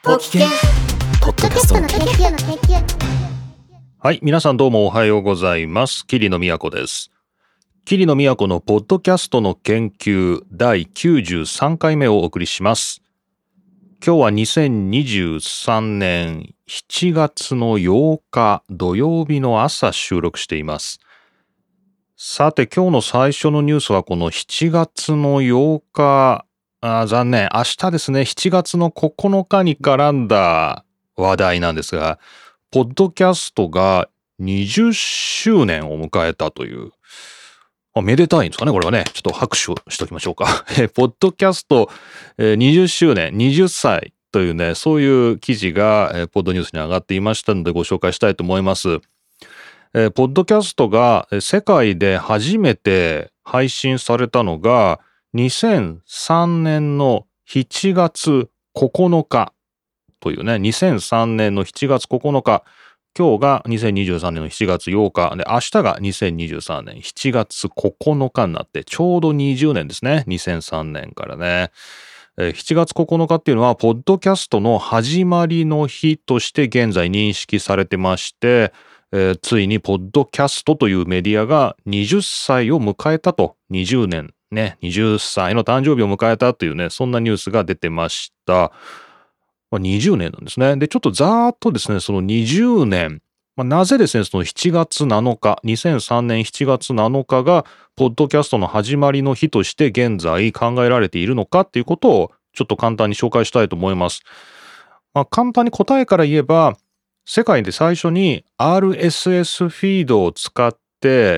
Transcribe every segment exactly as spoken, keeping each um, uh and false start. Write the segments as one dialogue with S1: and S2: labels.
S1: ポキケンポッドキャストの研究の研究。
S2: はい、皆さんどうもおはようございます。桐野都です。桐野都のポッドキャストの研究だいきゅうじゅうさんかいめをお送りします。今日はにせんにじゅうさんねんしちがつのようか土曜日の朝収録しています。さて今日の最初のニュースはこのしちがつのようか、あ残念、明日ですね、しちがつのここのかに絡んだ話題なんですが、ポッドキャストがにじゅっしゅうねんを迎えたという、あめでたいんですかね、これはね。ちょっと拍手をしときましょうか。ポッドキャストにじゅっしゅうねん、にじゅっさいというね、そういう記事がポッドニュースに上がっていましたのでご紹介したいと思います。ポッドキャストが世界で初めて配信されたのがにせんさんねんのしちがつここのかというね、にせんさんねんのしちがつここのか、今日がにせんにじゅうさんねんのしちがつようかで、明日がにせんにじゅうさんねんしちがつここのかになってちょうどにじゅうねんですね。にせんさんねんからね。しちがつここのかっていうのはポッドキャストの始まりの日として現在認識されてまして、えー、ついにポッドキャストというメディアがはたちを迎えたと、にじゅうねんね、はたちの誕生日を迎えたというね、そんなニュースが出てました。まあ、にじゅうねんなんですね。で、ちょっとざーっとですね、そのにじゅうねん、まあ、なぜですね、そのしちがつなのか、にせんさんねんしちがつなのかが、ポッドキャストの始まりの日として現在考えられているのかっていうことを、ちょっと簡単に紹介したいと思います。まあ、簡単に答えから言えば、世界で最初に アールエスエス フィードを使って、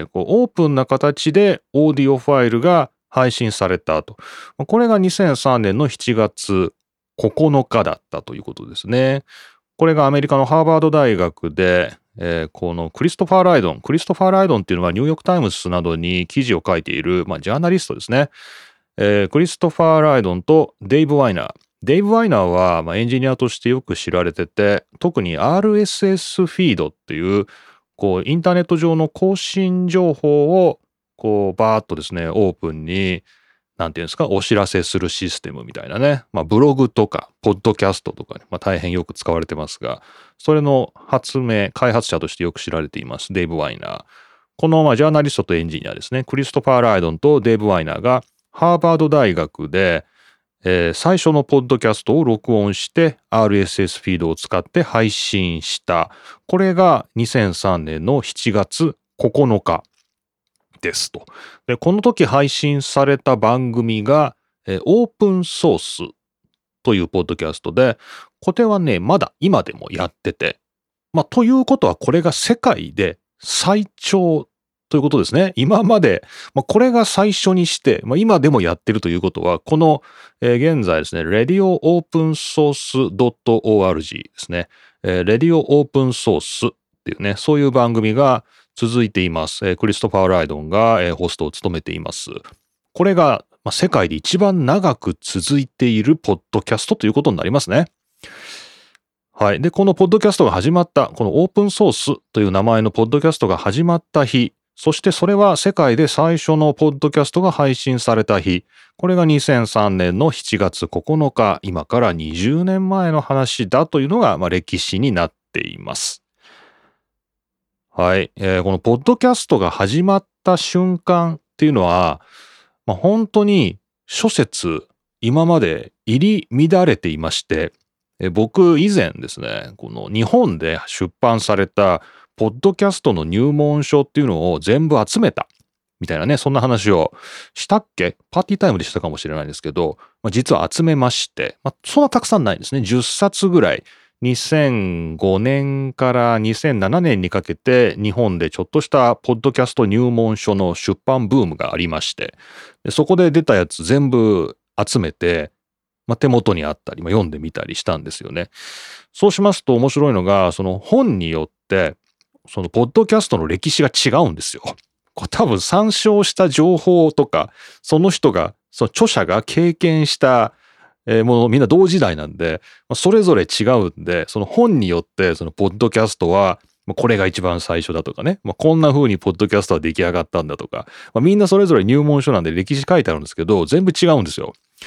S2: こうオープンな形でオーディオファイルが配信されたと。これがにせんさんねんのしちがつここのかだったということですね。これがアメリカのハーバード大学で、えー、このクリストファー・ライドン、クリストファー・ライドンっていうのはニューヨークタイムズなどに記事を書いている、まあ、ジャーナリストですね。えー、クリストファー・ライドンとデイブ・ワイナー。デイブ・ワイナーは、まあ、エンジニアとしてよく知られてて、特に アールエスエス フィードっていう、こう、インターネット上の更新情報を、こう、バーッとですね、オープンに、なんていうんですか、お知らせするシステムみたいなね。まあ、ブログとか、ポッドキャストとかね、まあ、大変よく使われてますが、それの発明、開発者としてよく知られています、デイブ・ワイナー。この、まあ、ジャーナリストとエンジニアですね、クリストファー・ライドンとデイブ・ワイナーが、ハーバード大学で、えー、最初のポッドキャストを録音して アールエスエス フィードを使って配信した。これがにせんさんねんのしちがつここのかですと。で、この時配信された番組が、えー、オープンソースというポッドキャストで、これはね、まだ今でもやってて、まあ、ということはこれが世界で最長ということですね。今まで、まあ、これが最初にして、まあ、今でもやってるということは、この、えー、現在ですね、レディオオープンソース ドットオーアールジー ですね。えー、レディオオープンソースっていうね、そういう番組が続いています。えー、クリストファー・ライドンが、えー、ホストを務めています。これが、まあ、世界で一番長く続いているポッドキャストということになりますね。はい。で、このポッドキャストが始まった、このオープンソースという名前のポッドキャストが始まった日、そしてそれは世界で最初のポッドキャストが配信された日。これがにせんさんねんのしちがつここのか、今からにじゅうねんまえの話だというのが、まあ、歴史になっています。はい、えー。このポッドキャストが始まった瞬間っていうのは、まあ、本当に諸説今まで入り乱れていまして、えー、僕以前ですね、この日本で出版されたポッドキャストの入門書っていうのを全部集めたみたいなね、そんな話をしたっけ？パーティータイムでしたかもしれないですけど、まあ、実は集めまして、まあ、そんなたくさんないんですね。じゅっさつぐらい。にせんごねんからにせんななねんにかけて日本でちょっとしたポッドキャスト入門書の出版ブームがありまして、でそこで出たやつ全部集めて、まあ、手元にあったり、まあ、読んでみたりしたんですよね。そうしますと面白いのが、その本によって、そのポッドキャストの歴史が違うんですよ。これ多分参照した情報とか、その人が、その著者が経験したものみんな同時代なんで、それぞれ違うんで、その本によってそのポッドキャストはこれが一番最初だとかね、まあ、こんな風にポッドキャストは出来上がったんだとか、まあ、みんなそれぞれ入門書なんで歴史書いてあるんですけど、全部違うんですよ。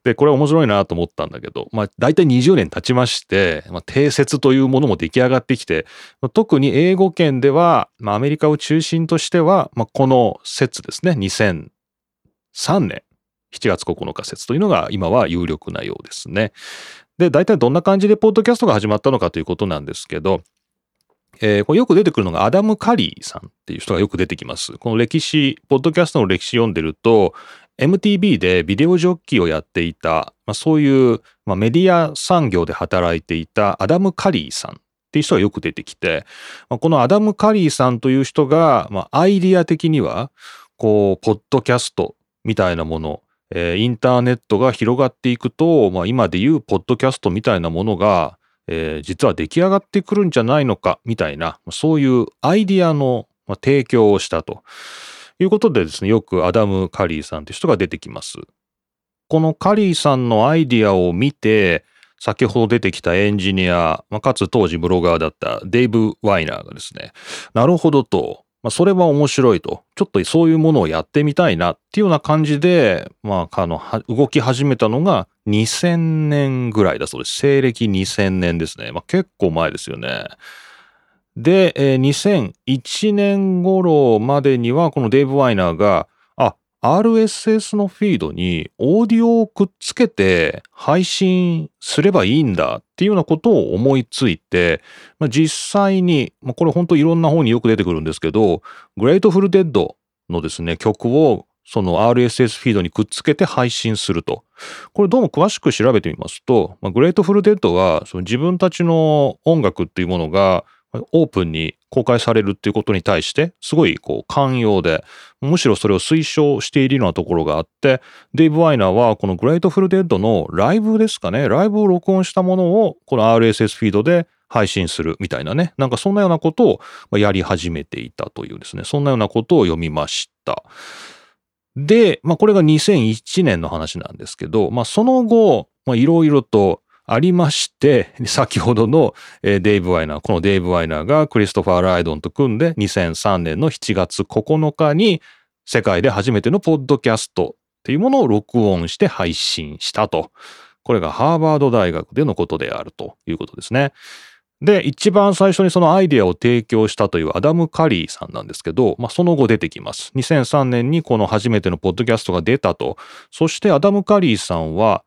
S2: で、これ面白いなと思ったんだけど、まあ、大体にじゅうねん経ちまして、まあ、定説というものも出来上がってきて、特に英語圏では、まあ、アメリカを中心としては、まあ、この説ですね、にせんさんねんしちがつここのか説というのが今は有力なようですね。で、大体どんな感じでポッドキャストが始まったのかということなんですけど、えー、これよく出てくるのがアダム・カリーさんっていう人がよく出てきます。この歴史、ポッドキャストの歴史読んでると、エムティービー でビデオジョッキーをやっていた、まあ、そういう、まあ、メディア産業で働いていたアダム・カリーさんっていう人がよく出てきて、まあ、このアダム・カリーさんという人が、まあ、アイディア的には、こう、ポッドキャストみたいなもの、えー、インターネットが広がっていくと、まあ、今でいうポッドキャストみたいなものが、えー、実は出来上がってくるんじゃないのかみたいな、そういうアイディアの提供をしたということでですね、よくアダム・カリーさんという人が出てきます。このカリーさんのアイディアを見て、先ほど出てきたエンジニア、まあ、かつ当時ブロガーだったデイブ・ワイナーがですね、なるほどと、まあ、それは面白いと、ちょっとそういうものをやってみたいなっていうような感じで、まあ、あの、動き始めたのがにせんねんぐらいだそうです。西暦にせんねんですね。まあ、結構前ですよね。で、えー、にせんいちねん頃までにはこのデイブ・ワイナーが、あ、アールエスエス のフィードにオーディオをくっつけて配信すればいいんだっていうようなことを思いついて、まあ、実際に、まあ、これ本当いろんな本によく出てくるんですけど、グレートフルデッドのですね、曲をその アールエスエス フィードにくっつけて配信すると。これどうも詳しく調べてみますと、まあ、グレートフルデッドはその自分たちの音楽っていうものがオープンに公開されるっていうことに対してすごいこう寛容で、むしろそれを推奨しているようなところがあって、デイブ・ワイナーはこのグレートフルデッドのライブですかね、ライブを録音したものをこの アールエスエス フィードで配信するみたいなね、なんかそんなようなことをやり始めていたというですね、そんなようなことを読みました。で、まあこれがにせんいちねんの話なんですけど、まあその後、まあいろいろとありまして、先ほどのデイブ・ワイナー、このデイブ・ワイナーがクリストファー・ライドンと組んでにせんさんねんのしちがつここのかに世界で初めてのポッドキャストっていうものを録音して配信したと。これがハーバード大学でのことであるということですね。で、一番最初にそのアイデアを提供したというアダム・カリーさんなんですけど、まあ、その後出てきます。にせんさんねんにこの初めてのポッドキャストが出たと。そしてアダム・カリーさんは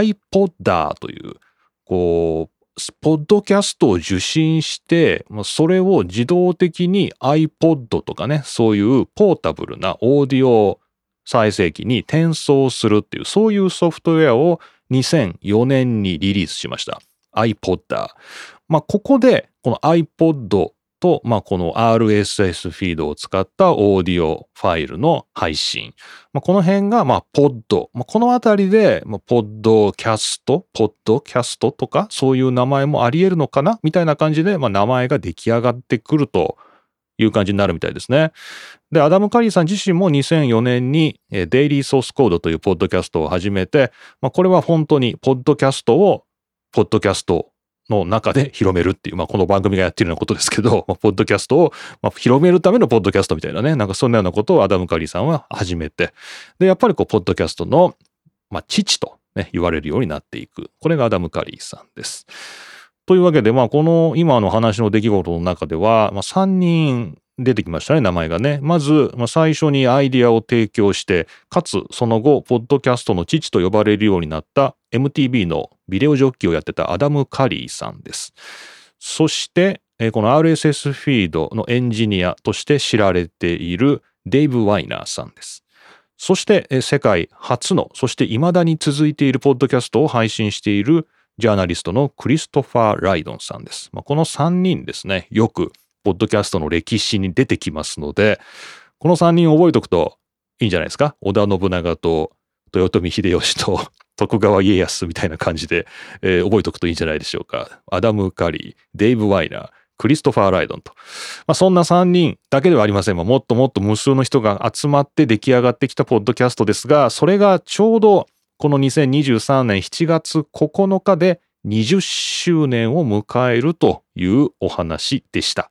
S2: iPodder という、こう、ポッドキャストを受信して、それを自動的に iPod とかね、そういうポータブルなオーディオ再生機に転送するっていう、そういうソフトウェアをにせんよねんにリリースしました。iPodder。まあ、ここで、この iPod と、まあ、この アールエスエス フィードを使ったオーディオファイルの配信。まあ、この辺が、まあ、ポッド。まあ、このあたりで、まあ、ポッドキャスト、ポッドキャストとか、そういう名前もあり得るのかなみたいな感じで、まあ、名前が出来上がってくるという感じになるみたいですね。で、アダム・カリーさん自身もにせんよねんにデイリーソースコードというポッドキャストを始めて、まあ、これは本当にポッドキャストを、ポッドキャストの中で広めるっていう、まあ、この番組がやってるようなことですけど、まあ、ポッドキャストを、まあ、広めるためのポッドキャストみたいなね、なんかそんなようなことをアダム・カリーさんは始めて、で、やっぱりこう、ポッドキャストの、まあ、父とね、言われるようになっていく。これがアダム・カリーさんです。というわけで、まあ、この今の話の出来事の中では、まあ、さんにん出てきましたね、名前がね。まず、まあ、最初にアイディアを提供して、かつその後、ポッドキャストの父と呼ばれるようになった エムティービー のビデオジョッキーをやってたアダム・カリーさんです。そして、この アールエスエス フィードのエンジニアとして知られているデイブ・ワイナーさんです。そして、世界初の、そして未だに続いているポッドキャストを配信しているジャーナリストのクリストファー・ライドンさんです。まあ、このさんにんですね、よくポッドキャストの歴史に出てきますので、このさんにん覚えておくといいんじゃないですか。織田信長と豊臣秀吉と徳川家康みたいな感じで、えー、覚えておくといいんじゃないでしょうか。アダム・カリー、デイブ・ワイナー、クリストファー・ライドンと。まあ、そんなさんにんだけではありません。もっともっと無数の人が集まって出来上がってきたポッドキャストですが、それがちょうどこのにせんにじゅうさんねんしちがつここのかでにじゅっしゅうねんを迎えるというお話でした。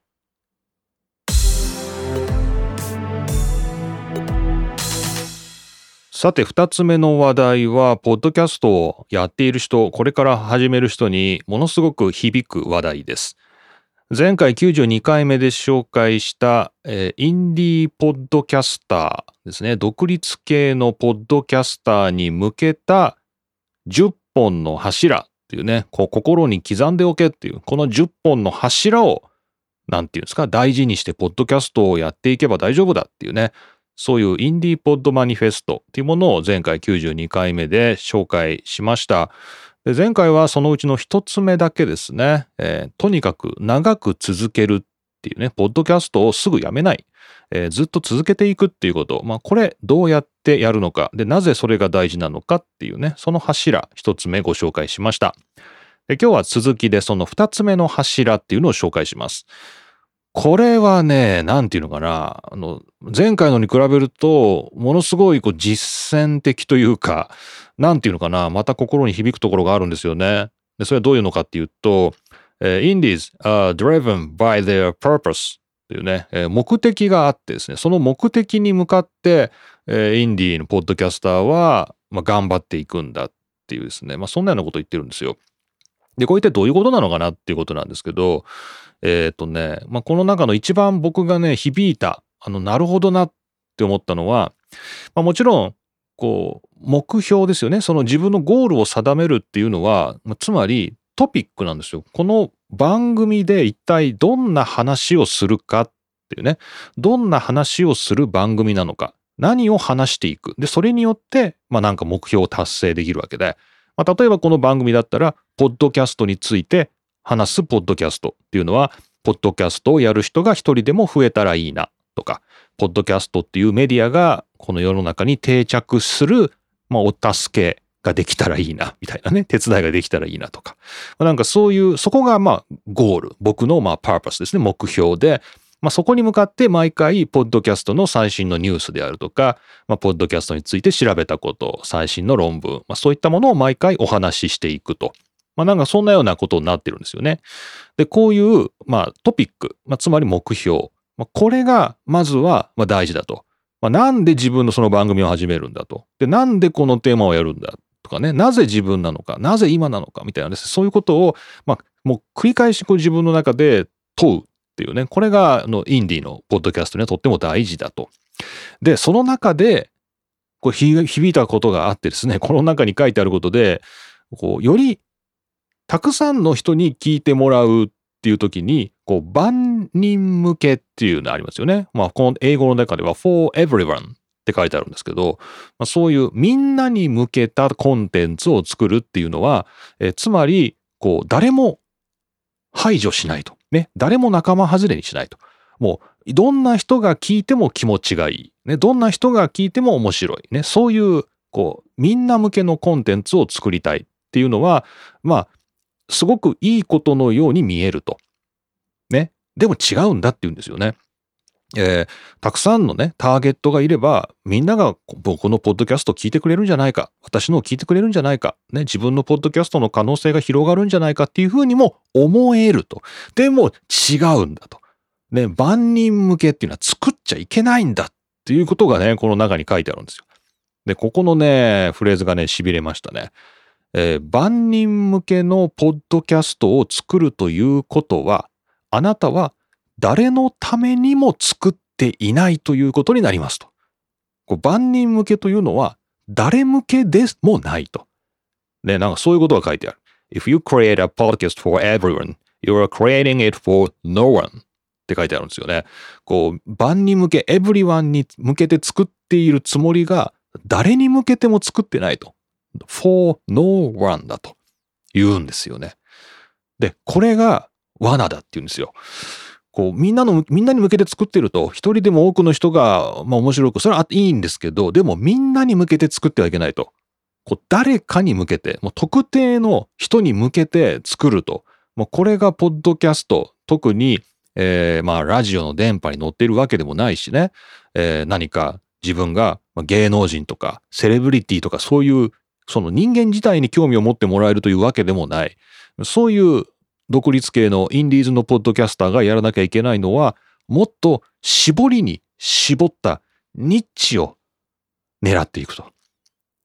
S2: さて、二つ目の話題は、ポッドキャストをやっている人、これから始める人にものすごく響く話題です。前回きゅうじゅうにかいめで紹介した、えー、インディーポッドキャスターですね。独立系のポッドキャスターに向けたじゅっぽんの柱っていうね、こう心に刻んでおけっていう、このじゅっぽんの柱を、なんていうんですか、大事にしてポッドキャストをやっていけば大丈夫だっていうね、そういうインディーポッドマニフェストっていうものを前回きゅうじゅうにかいめで紹介しました。で前回はそのうちの一つ目だけですね、えー、とにかく長く続けるっていうね、ポッドキャストをすぐやめない、えー、ずっと続けていくっていうこと、まあこれどうやってやるのか、でなぜそれが大事なのかっていうね、その柱一つ目ご紹介しました。で今日は続きでその二つ目の柱っていうのを紹介します。これはね、なんていうのかな、あの、前回のに比べると、ものすごいこう実践的というか、なんていうのかな、また心に響くところがあるんですよね。で、それはどういうのかっていうと、えー、Indies are driven by their purpose というね、えー、目的があってですね、その目的に向かって、えー、インディーのポッドキャスターは、まあ、頑張っていくんだっていうですね、まあ、そんなようなことを言ってるんですよ。で、これってどういうことなのかなっていうことなんですけど、えっとね、まあ、この中の一番僕がね、響いた、あの、なるほどなって思ったのは、まあ、もちろん、こう、目標ですよね。その自分のゴールを定めるっていうのは、まあ、つまりトピックなんですよ。この番組で一体どんな話をするかっていうね、どんな話をする番組なのか、何を話していく。で、それによって、まあ、なんか目標を達成できるわけで、まあ、例えばこの番組だったら、ポッドキャストについて話すポッドキャストっていうのは、ポッドキャストをやる人が一人でも増えたらいいなとか、ポッドキャストっていうメディアがこの世の中に定着する、まあ、お助けができたらいいなみたいなね、手伝いができたらいいなとか、なんかそういう、そこがまあゴール、僕のまあパーパスですね、目標で、まあ、そこに向かって毎回ポッドキャストの最新のニュースであるとか、まあ、ポッドキャストについて調べたこと、最新の論文、まあ、そういったものを毎回お話ししていくと。まあ、なんかそんなようなことになってるんですよね。で、こういう、まあ、トピック、まあ、つまり目標、まあ、これがまずはまあ大事だと。まあ、なんで自分のその番組を始めるんだと。で、なんでこのテーマをやるんだとかね、なぜ自分なのか、なぜ今なのかみたいなですね、そういうことを、まあ、もう繰り返しこう自分の中で問うっていうね、これがあのインディーのポッドキャストにはとっても大事だと。で、その中で、こう響いたことがあってですね、この中に書いてあることで、こうよりたくさんの人に聞いてもらうっていう時に、こう万人向けっていうのありますよね。まあ、この英語の中では for everyone って書いてあるんですけど、まあ、そういうみんなに向けたコンテンツを作るっていうのは、えつまり、こう誰も排除しないと。ね。誰も仲間外れにしないと。もう、どんな人が聞いても気持ちがいい。ね。どんな人が聞いても面白い。ね。そういう、こう、みんな向けのコンテンツを作りたいっていうのは、まあ、すごくいいことのように見えると。ね。でも違うんだって言うんですよね。えー、たくさんのね、ターゲットがいれば、みんなが僕のポッドキャストを聞いてくれるんじゃないか、私のを聞いてくれるんじゃないか、ね、自分のポッドキャストの可能性が広がるんじゃないかっていうふうにも思えると。でも違うんだと。ね、万人向けっていうのは作っちゃいけないんだっていうことがね、この中に書いてあるんですよ。で、ここのね、フレーズがね、痺れましたね。えー、万人向けのポッドキャストを作るということは、あなたは誰のためにも作っていないということになりますと。こう万人向けというのは誰向けでもないと。ね、なんかそういうことが書いてある。If you create a podcast for everyone, you are creating it for no one って書いてあるんですよね。こう万人向け、everyone に向けて作っているつもりが誰に向けても作ってないと。for no one だと言うんですよね。で、これが罠だって言うんですよ。こう、みんなの、みんなに向けて作ってると、一人でも多くの人が、まあ面白く、それはいいんですけど、でもみんなに向けて作ってはいけないと。こう、誰かに向けて、もう特定の人に向けて作ると。もうこれがポッドキャスト、特に、えー、まあラジオの電波に乗っているわけでもないしね、えー、何か自分が芸能人とかセレブリティとかそういうその人間自体に興味を持ってもらえるというわけでもない。そういう独立系のインディーズのポッドキャスターがやらなきゃいけないのは、もっと絞りに絞ったニッチを狙っていくと。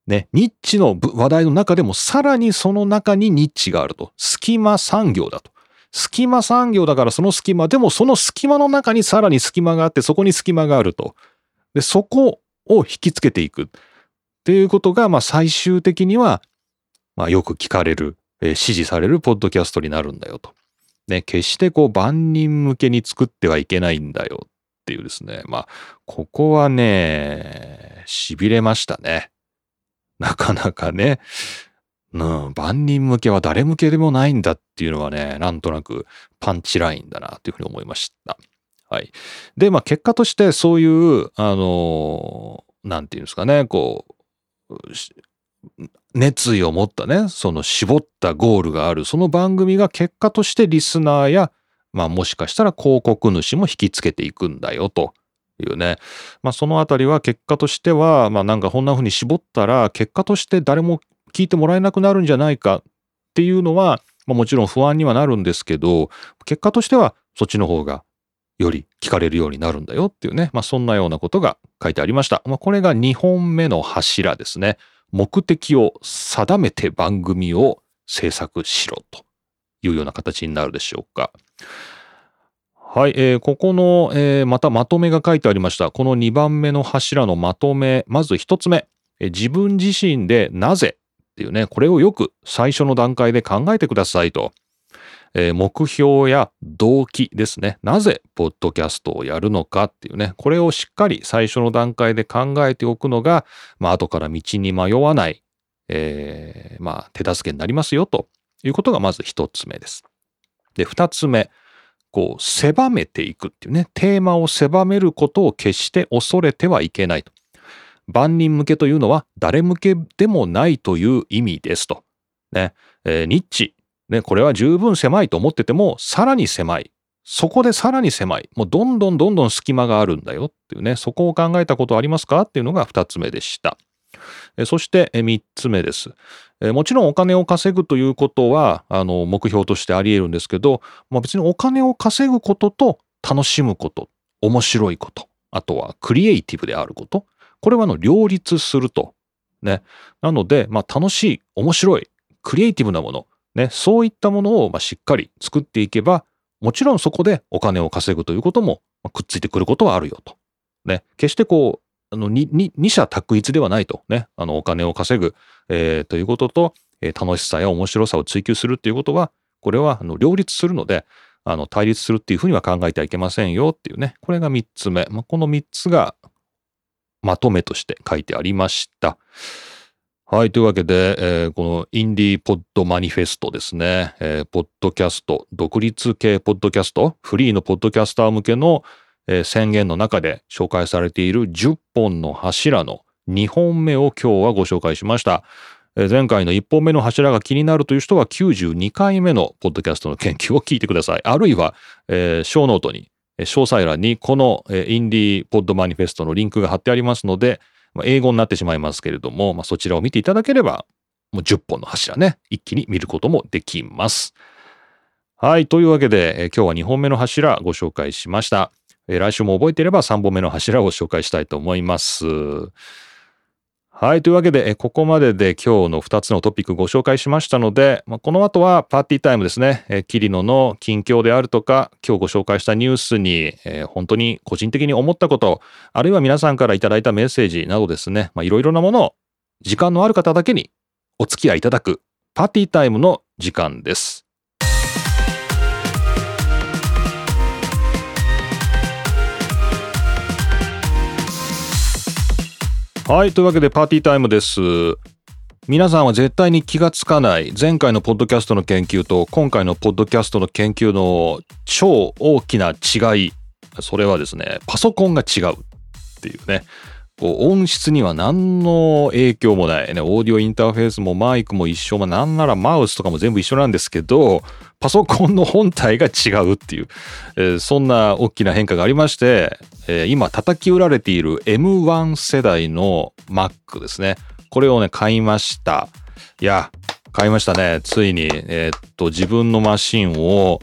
S2: ね、ニッチの話題の中でもさらにその中にニッチがあると。隙間産業だと。隙間産業だからその隙間、でもその隙間の中にさらに隙間があって、そこに隙間があると。で、そこを引きつけていくっていうことが、まあ最終的には、まあよく聞かれる、えー、支持されるポッドキャストになるんだよと。ね、決してこう万人向けに作ってはいけないんだよっていうですね。まあ、ここはね、痺れましたね。なかなかね、うん、万人向けは誰向けでもないんだっていうのはね、なんとなくパンチラインだなというふうに思いました。はい。で、まあ結果としてそういう、あの、なんていうんですかね、こう、熱意を持ったね、その絞ったゴールがある、その番組が結果としてリスナーや、まあもしかしたら広告主も引きつけていくんだよというね。まあそのあたりは結果としては、まあなんかこんな風に絞ったら結果として誰も聞いてもらえなくなるんじゃないかっていうのは、まあもちろん不安にはなるんですけど、結果としてはそっちの方がより聞かれるようになるんだよっていうね。まあそんなようなことが書いてありました。まあこれがにほんめの柱ですね。目的を定めて番組を制作しろというような形になるでしょうか。はい、えー、ここの、えー、またまとめが書いてありました。このにばんめの柱のまとめ、まずひとつめ、えー、自分自身でなぜっていうね、これをよく最初の段階で考えてくださいと。えー、目標や動機ですね。なぜポッドキャストをやるのかっていうね、これをしっかり最初の段階で考えておくのが、まあ後から道に迷わない、えー、まあ手助けになりますよということがまず一つ目です。で、二つ目、こう狭めていくっていうね、テーマを狭めることを決して恐れてはいけないと。万人向けというのは誰向けでもないという意味ですと。ね、えー、ニッチ。ね、これは十分狭いと思ってても、さらに狭い。そこでさらに狭い。もうどんどんどんどん隙間があるんだよっていうね、そこを考えたことありますかっていうのが二つ目でした。えそして三つ目です。えもちろんお金を稼ぐということは、あの、目標としてあり得るんですけど、まあ、別にお金を稼ぐことと楽しむこと、面白いこと、あとはクリエイティブであること、これはあの両立すると。ね。なので、まあ楽しい、面白い、クリエイティブなもの、ね、そういったものをまあしっかり作っていけば、もちろんそこでお金を稼ぐということもくっついてくることはあるよと。ね、決してこう、あの、に、に、二者択一ではないと。ね、あの、お金を稼ぐ、えー、ということと、えー、楽しさや面白さを追求するっていうことは、これはあの両立するので、あの、対立するっていうふうには考えてはいけませんよっていうね。これが三つ目。まあ、この三つがまとめとして書いてありました。はい。というわけで、えー、このインディーポッドマニフェストですね。えー、ポッドキャスト、独立系ポッドキャスト、フリーのポッドキャスター向けの、えー、宣言の中で紹介されているじゅっぽんの柱のにほんめを今日はご紹介しました。えー、前回のいっぽんめの柱が気になるという人はきゅうじゅうにかいめのポッドキャストの研究を聞いてください。あるいは、えー、ショーノートに、詳細欄にこのインディーポッドマニフェストのリンクが貼ってありますので、英語になってしまいますけれども、まあ、そちらを見ていただければ、もうじゅっぽんの柱ね、一気に見ることもできます。はい。というわけで、え今日はにほんめの柱ご紹介しました。え来週も覚えていればさんぼんめの柱を紹介したいと思います。はい。というわけで、ここまでで今日のふたつのトピックご紹介しましたので、この後はパーティータイムですね。キリノの近況であるとか、今日ご紹介したニュースに、本当に個人的に思ったこと、あるいは皆さんからいただいたメッセージなどですね、いろいろなものを時間のある方だけにお付き合いいただくパーティータイムの時間です。はい。というわけでパーティータイムです。皆さんは絶対に気がつかない前回のポッドキャストの研究と今回のポッドキャストの研究の超大きな違い。それはですね、パソコンが違うっていうね。こう音質には何の影響もないね。オーディオインターフェースもマイクも一緒、まあ、なんならマウスとかも全部一緒なんですけど、パソコンの本体が違うっていう、えー、そんな大きな変化がありまして、えー、今叩き売られている エムワン 世代の Mac ですね。これをね、買いました。いや、買いましたね。ついに、えー、っと、自分のマシンを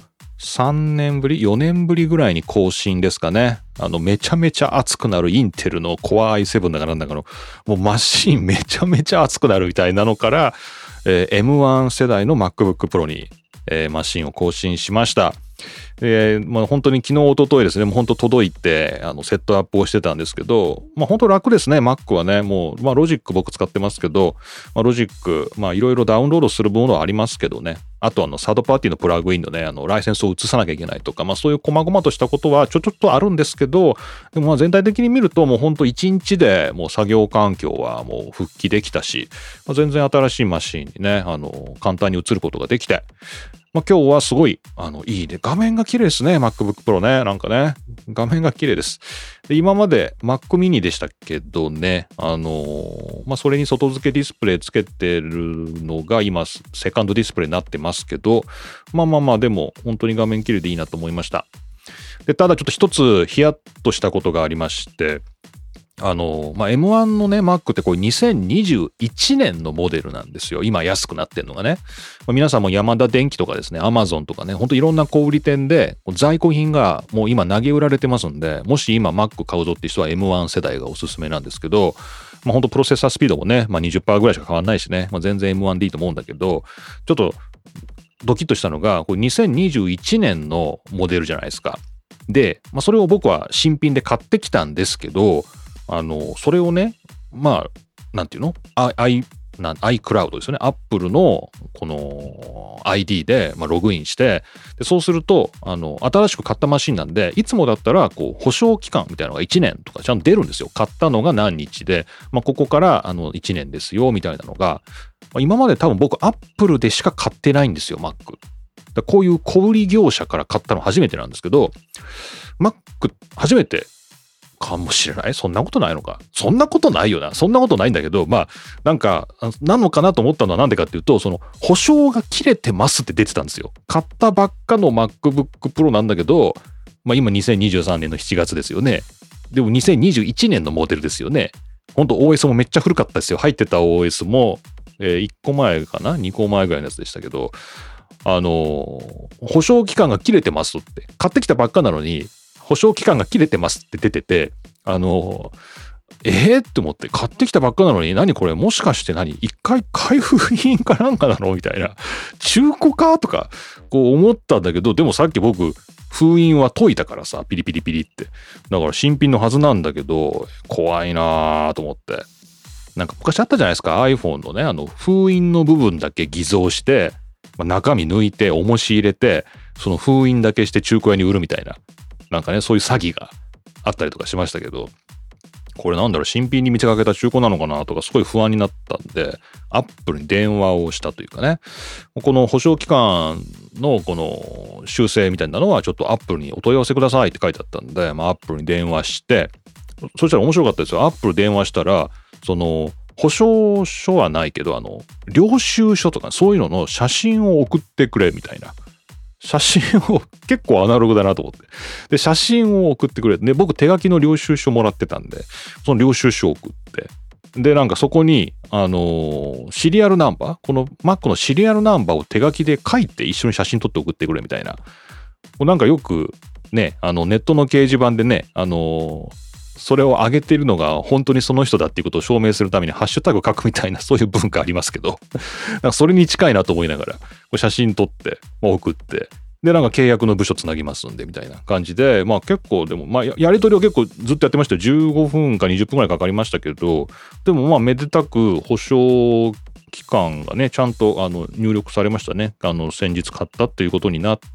S2: さんねんぶりよねんぶりぐらいに更新ですかね。あのめちゃめちゃ熱くなるインテルの Core アイセブン だかなんだかのもうマシーンめちゃめちゃ熱くなるみたいなのから、えー、エムワン 世代の MacBook Pro に、えー、マシンを更新しました。えーまあ、本当に昨日一昨日ですね、もう本当届いてあのセットアップをしてたんですけど、まあ、本当楽ですね。 Mac はね、もう、まあ、ロジック僕使ってますけど、まあ、ロジックまあいろいろダウンロードするものはありますけどね、あとあのサードパーティーのプラグインのね、あのライセンスを移さなきゃいけないとか、まあそういう細々としたことはちょちょっとあるんですけど、でもまあ全体的に見るともう本当いちにちでもう作業環境はもう復帰できたし、まあ、全然新しいマシンにね、あの簡単に移ることができて、まあ、今日はすごいあのいいね。画面が綺麗ですね。MacBook Pro ね。なんかね。画面が綺麗です。で今まで Mac mini でしたけどね。あのー、まあ、それに外付けディスプレイつけてるのが今、セカンドディスプレイになってますけど、まあまあまあ、でも本当に画面綺麗でいいなと思いました。で、ただちょっと一つヒヤッとしたことがありまして、あの、まあ、エムワン のね、Mac ってこれにせんにじゅういちねんのモデルなんですよ。今安くなってんのがね。まあ、皆さんもヤマダ電機とかですね、Amazon とかね、ほんといろんな小売店で在庫品がもう今投げ売られてますんで、もし今 Mac 買うぞって人は エムワン 世代がおすすめなんですけど、まあ、ほんとプロセッサースピードもね、まあ、にじゅっパーセント ぐらいしか変わんないしね、まあ、全然 エムワン でいいと思うんだけど、ちょっとドキッとしたのが、これにせんにじゅういちねんのモデルじゃないですか。で、まあ、それを僕は新品で買ってきたんですけど、あのそれをね、まあなんていうの、i iCloud ですよね。Apple のこの アイディー で、まあ、ログインして、でそうするとあの新しく買ったマシンなんで、いつもだったらこう保証期間みたいなのがいちねんとかちゃんと出るんですよ。買ったのが何日で、まあ、ここからあのいちねんですよみたいなのが、まあ、今まで多分僕 Apple でしか買ってないんですよ Mac。だこういう小売業者から買ったの初めてなんですけど、Mac 初めてかもしれない。そんなことないのか。そんなことないよな。そんなことないんだけど、まあなんかなのかなと思ったのはなんでかっていうと、その保証が切れてますって出てたんですよ。買ったばっかの MacBook Pro なんだけど、まあ今にせんにじゅうさんねんのしちがつですよね。でもにせんにじゅういちねんのモデルですよね。ほんと オーエス もめっちゃ古かったですよ。入ってた オーエス も、えー、いっこまえかな ?に 個前ぐらいのやつでしたけど、あのー、保証期間が切れてますって。買ってきたばっかなのに、保証期間が切れてますって出てて、あのえー、って思って、買ってきたばっかなのに、何これ、もしかして何一回開封品かなんかなのみたいな、中古かとかこう思ったんだけど、でもさっき僕封印は解いたからさ、ピリピリピリって、だから新品のはずなんだけど、怖いなーと思って、なんか昔あったじゃないですか、 iPhone のね、あの封印の部分だけ偽造して、まあ、中身抜いて重し入れて、その封印だけして中古屋に売るみたいな、なんかね、そういう詐欺があったりとかしましたけど、これなんだろう、新品に見せかけた中古なのかなとかすごい不安になったんで、アップルに電話をしたというかね、この保証期間のこの修正みたいなのはちょっとアップルにお問い合わせくださいって書いてあったんで、まあ、アップルに電話して、そしたら面白かったですよ。アップル電話したら、その保証書はないけど、あの領収書とかそういうのの写真を送ってくれみたいな。写真を結構アナログだなと思って、で写真を送ってくれて、で僕手書きの領収書もらってたんで、その領収書を送って、でなんかそこにあのー、シリアルナンバー、この Mac のシリアルナンバーを手書きで書いて一緒に写真撮って送ってくれみたいな、なんかよくね、あのネットの掲示板でね、あのーそれを上げてるのが本当にその人だっていうことを証明するためにハッシュタグ書くみたいな、そういう文化ありますけど、なんかそれに近いなと思いながら写真撮って送って、でなんか契約の部署つなぎますんでみたいな感じで、まあ結構でもまあやり取りは結構ずっとやってましたよ。じゅうごふんかにじゅっぷんぐらいかかりましたけど、でもまあめでたく保証期間がねちゃんとあの入力されましたね。あの先日買ったっていうことになって、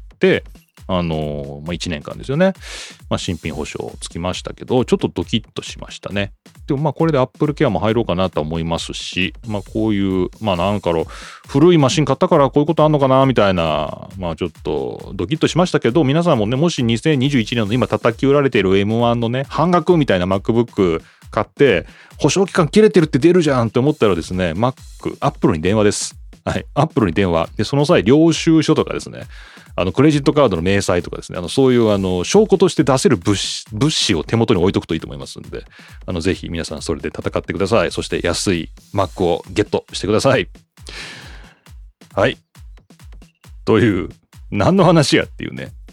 S2: あのまあ、いちねんかんですよね、まあ、新品保証つきましたけど、ちょっとドキッとしましたね。でもまあこれで Apple Care も入ろうかなと思いますし、まあこういうまあなんかの古いマシン買ったからこういうことあんのかなみたいな、まあちょっとドキッとしましたけど、皆さんもね、もしにせんにじゅういちねんの今叩き売られている エムワン のね半額みたいな MacBook 買って保証期間切れてるって出るじゃんって思ったらですね、 Mac Apple に電話です。はい、アップルに電話で、その際領収書とかですね、あのクレジットカードの明細とかですね、あのそういうあの証拠として出せる物資、物資を手元に置いとくといいと思いますんで、あのぜひ皆さんそれで戦ってください。そして安い Mac をゲットしてください。はい。という何の話やっていうね、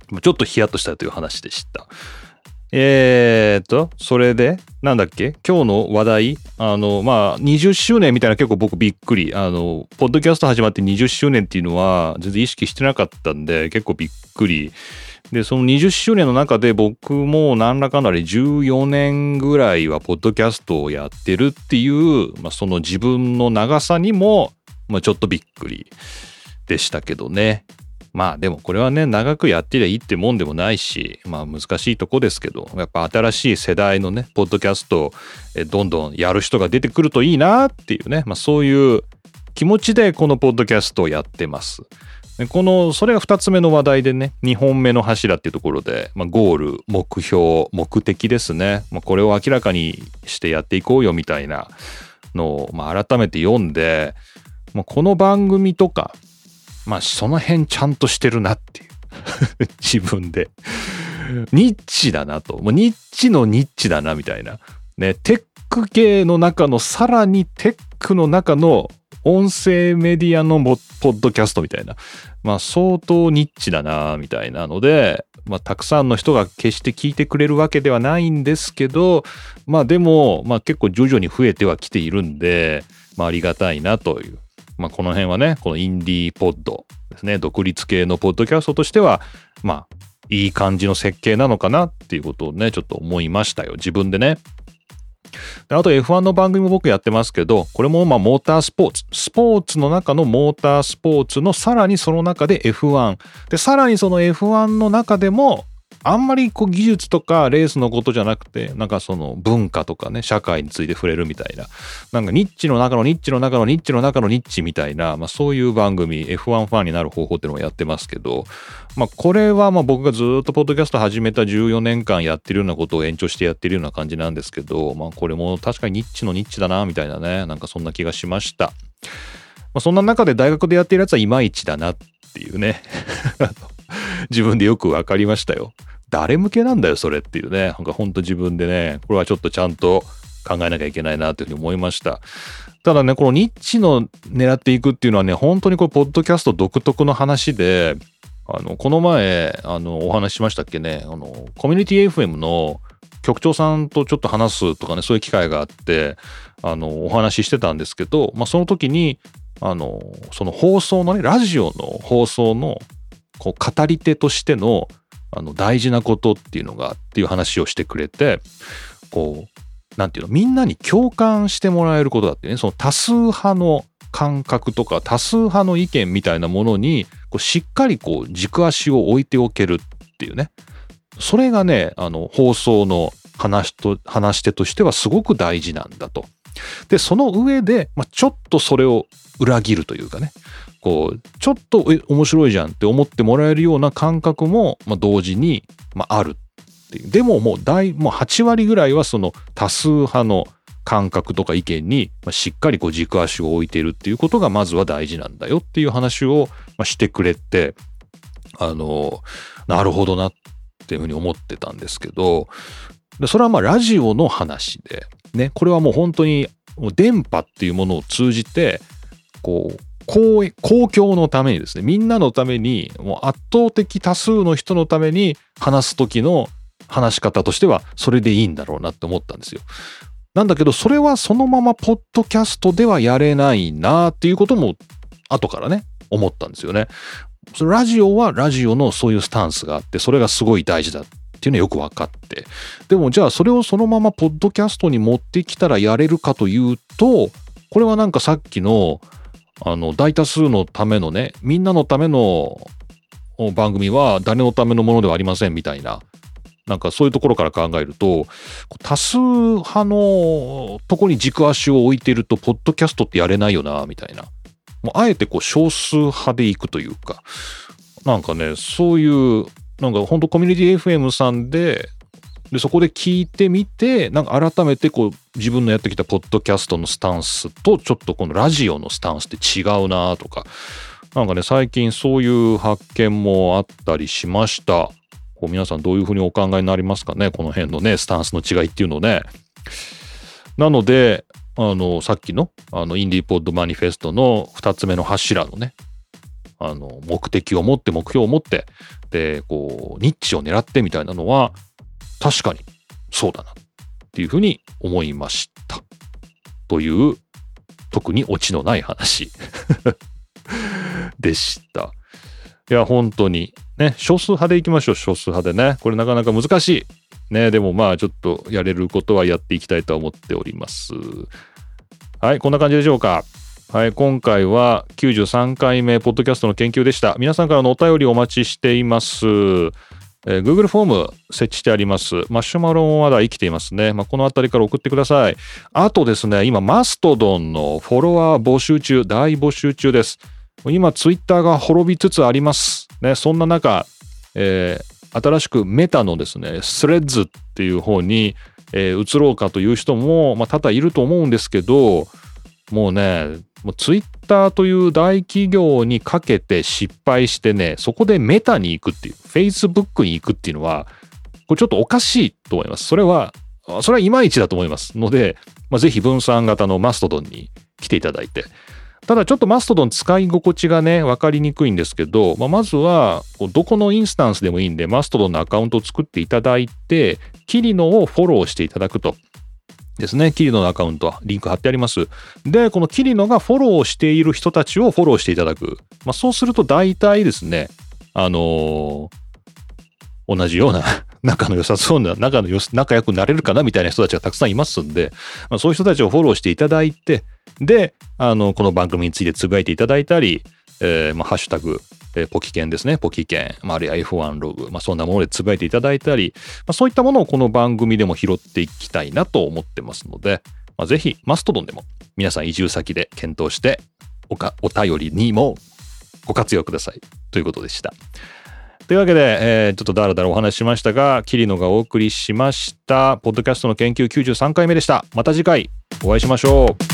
S2: ちょっとヒヤッとしたという話でした。えーっと、それで、なんだっけ今日の話題、あの、まあ、にじゅっしゅうねんみたいな結構僕びっくり。あの、ポッドキャスト始まってにじゅっしゅうねんっていうのは全然意識してなかったんで、結構びっくり。で、そのにじゅっしゅうねんの中で僕も何らかのあれじゅうよねんぐらいはポッドキャストをやってるっていう、まあ、その自分の長さにも、まあ、ちょっとびっくりでしたけどね。まあでもこれはね、長くやってりゃいいってもんでもないし、まあ難しいとこですけど、やっぱ新しい世代のね、ポッドキャストをどんどんやる人が出てくるといいなっていうね、まあそういう気持ちでこのポッドキャストをやってます。でこの、それがふたつめの話題でね、にほんめの柱っていうところで、まあゴール、目標、目的ですね。まあこれを明らかにしてやっていこうよみたいなのを、まあ改めて読んで、まあ、この番組とか、まあその辺ちゃんとしてるなっていう自分でニッチだなと、もうニッチのニッチだなみたいなね、テック系の中のさらにテックの中の音声メディアのポッドキャストみたいな、まあ相当ニッチだなみたいなので、まあたくさんの人が決して聞いてくれるわけではないんですけど、まあでもまあ結構徐々に増えてはきているんで、まあありがたいなという。まあこの辺はね、このインディーポッドですね、独立系のポッドキャストとしては、まあいい感じの設計なのかなっていうことをね、ちょっと思いましたよ、自分でね。であと エフワン の番組も僕やってますけど、これもまあモータースポーツ、スポーツの中のモータースポーツのさらにその中で エフワン。で、さらにその エフワン の中でも、あんまりこう技術とかレースのことじゃなくて、なんかその文化とかね、社会について触れるみたいな、なんかニッチの中のニッチの中のニッチの中のニッチみたいな、まあそういう番組、エフワン ファンになる方法っていうのをやってますけど、まあこれはまあ僕がずっとポッドキャスト始めたじゅうよねんかんやってるようなことを延長してやってるような感じなんですけど、まあこれも確かにニッチのニッチだな、みたいなね、なんかそんな気がしました。まあそんな中で大学でやってるやつはいまいちだなっていうね、自分でよくわかりましたよ。誰向けなんだよそれっていうね、なんかほんと自分でね、これはちょっとちゃんと考えなきゃいけないなというふうに思いました。ただね、このニッチの狙っていくっていうのはね、本当にこれポッドキャスト独特の話で、あのこの前あのお話ししましたっけね、あのコミュニティ エフエム の局長さんとちょっと話すとかね、そういう機会があって、あのお話ししてたんですけど、まあその時にあのその放送のね、ラジオの放送のこう語り手としてのあの大事なことっていうのがっていう話をしてくれて、こうなんていうの、みんなに共感してもらえることだってね、その多数派の感覚とか多数派の意見みたいなものにこうしっかりこう軸足を置いておけるっていうね、それがね、あの放送の話と話し手としてはすごく大事なんだと。でその上で、まあ、ちょっとそれを裏切るというかね、こうちょっとえ面白いじゃんって思ってもらえるような感覚も、まあ、同時に、まあ、あるっていう。でももう大もうはちわりぐらいはその多数派の感覚とか意見に、まあ、しっかりこう軸足を置いているっていうことがまずは大事なんだよっていう話を、まあ、してくれて、あのなるほどなっていうふうに思ってたんですけど、でそれはまあラジオの話でね、これはもう本当にもう電波っていうものを通じてこう公公共のためにですね、みんなのために、もう圧倒的多数の人のために話す時の話し方としてはそれでいいんだろうなって思ったんですよ。なんだけどそれはそのままポッドキャストではやれないなっていうことも後からね思ったんですよね。ラジオはラジオのそういうスタンスがあって、それがすごい大事だっていうのはよく分かって、でもじゃあそれをそのままポッドキャストに持ってきたらやれるかというと、これはなんかさっきのあの大多数のためのね、みんなのための番組は誰のためのものではありませんみたいな、なんかそういうところから考えると、多数派のとこに軸足を置いているとポッドキャストってやれないよなみたいな、もうあえてこう少数派でいくというか、なんかね、そういうなんか本当コミュニティ エフエム さんででそこで聞いてみて、なんか改めてこう自分のやってきたポッドキャストのスタンスとちょっとこのラジオのスタンスって違うなとか、なんかね最近そういう発見もあったりしました。こう皆さんどういうふうにお考えになりますかね、この辺のねスタンスの違いっていうのね。なのであのさっきのあのインディーポッドマニフェストのふたつめの柱のね、 あの、目的を持って、目標を持って、で、こう、ニッチを狙ってみたいなのは、確かにそうだなっていうふうに思いました。という、特にオチのない話でした。いや、本当に。ね、少数派でいきましょう、少数派でね。これなかなか難しい。ね、でもまあ、ちょっとやれることはやっていきたいと思っております。はい、こんな感じでしょうか。はい、今回はきゅうじゅうさんかいめポッドキャストの研究でした。皆さんからのお便りお待ちしています。えー、Google フォーム設置してあります。マシュマロもまだ生きていますね。まあ、このあたりから送ってください。あとですね、今マストドンのフォロワー募集中、大募集中です。今ツイッターが滅びつつあります。ね、そんな中、えー、新しくメタのですね、スレッズっていう方に、えー、移ろうかという人も、まあ、多々いると思うんですけど、もうね、もうツイッターという大企業にかけて失敗してね、そこでメタに行くっていう、Facebook に行くっていうのは、これちょっとおかしいと思います。それは、それはいまいちだと思いますので、まあ、ぜひ分散型のマストドンに来ていただいて、ただちょっとマストドン使い心地がね、わかりにくいんですけど、まあ、まずは、どこのインスタンスでもいいんで、マストドンのアカウントを作っていただいて、キリノをフォローしていただくと。ですね。キリノのアカウントはリンク貼ってあります。で、このキリノがフォローしている人たちをフォローしていただく。まあ、そうすると大体ですね、あのー、同じような仲の良さそうな、仲のよ仲良くなれるかなみたいな人たちがたくさんいますんで、まあ、そういう人たちをフォローしていただいて、で、あの、この番組についてつぶやいていただいたり、えー、まあ、ハッシュタグ、えー、ポキケンですね。ポキケン、まあ、あるいは エフワン ログ、まあ、そんなものでつぶやいていただいたり、まあ、そういったものをこの番組でも拾っていきたいなと思ってますので、まあ、ぜひマストドンでも皆さん移住先で検討しておか、お便りにもご活用くださいということでした。というわけで、えー、ちょっとだらだらお話ししましたが、キリノがお送りしましたポッドキャストの研究きゅうじゅうさんかいめでした。また次回お会いしましょう。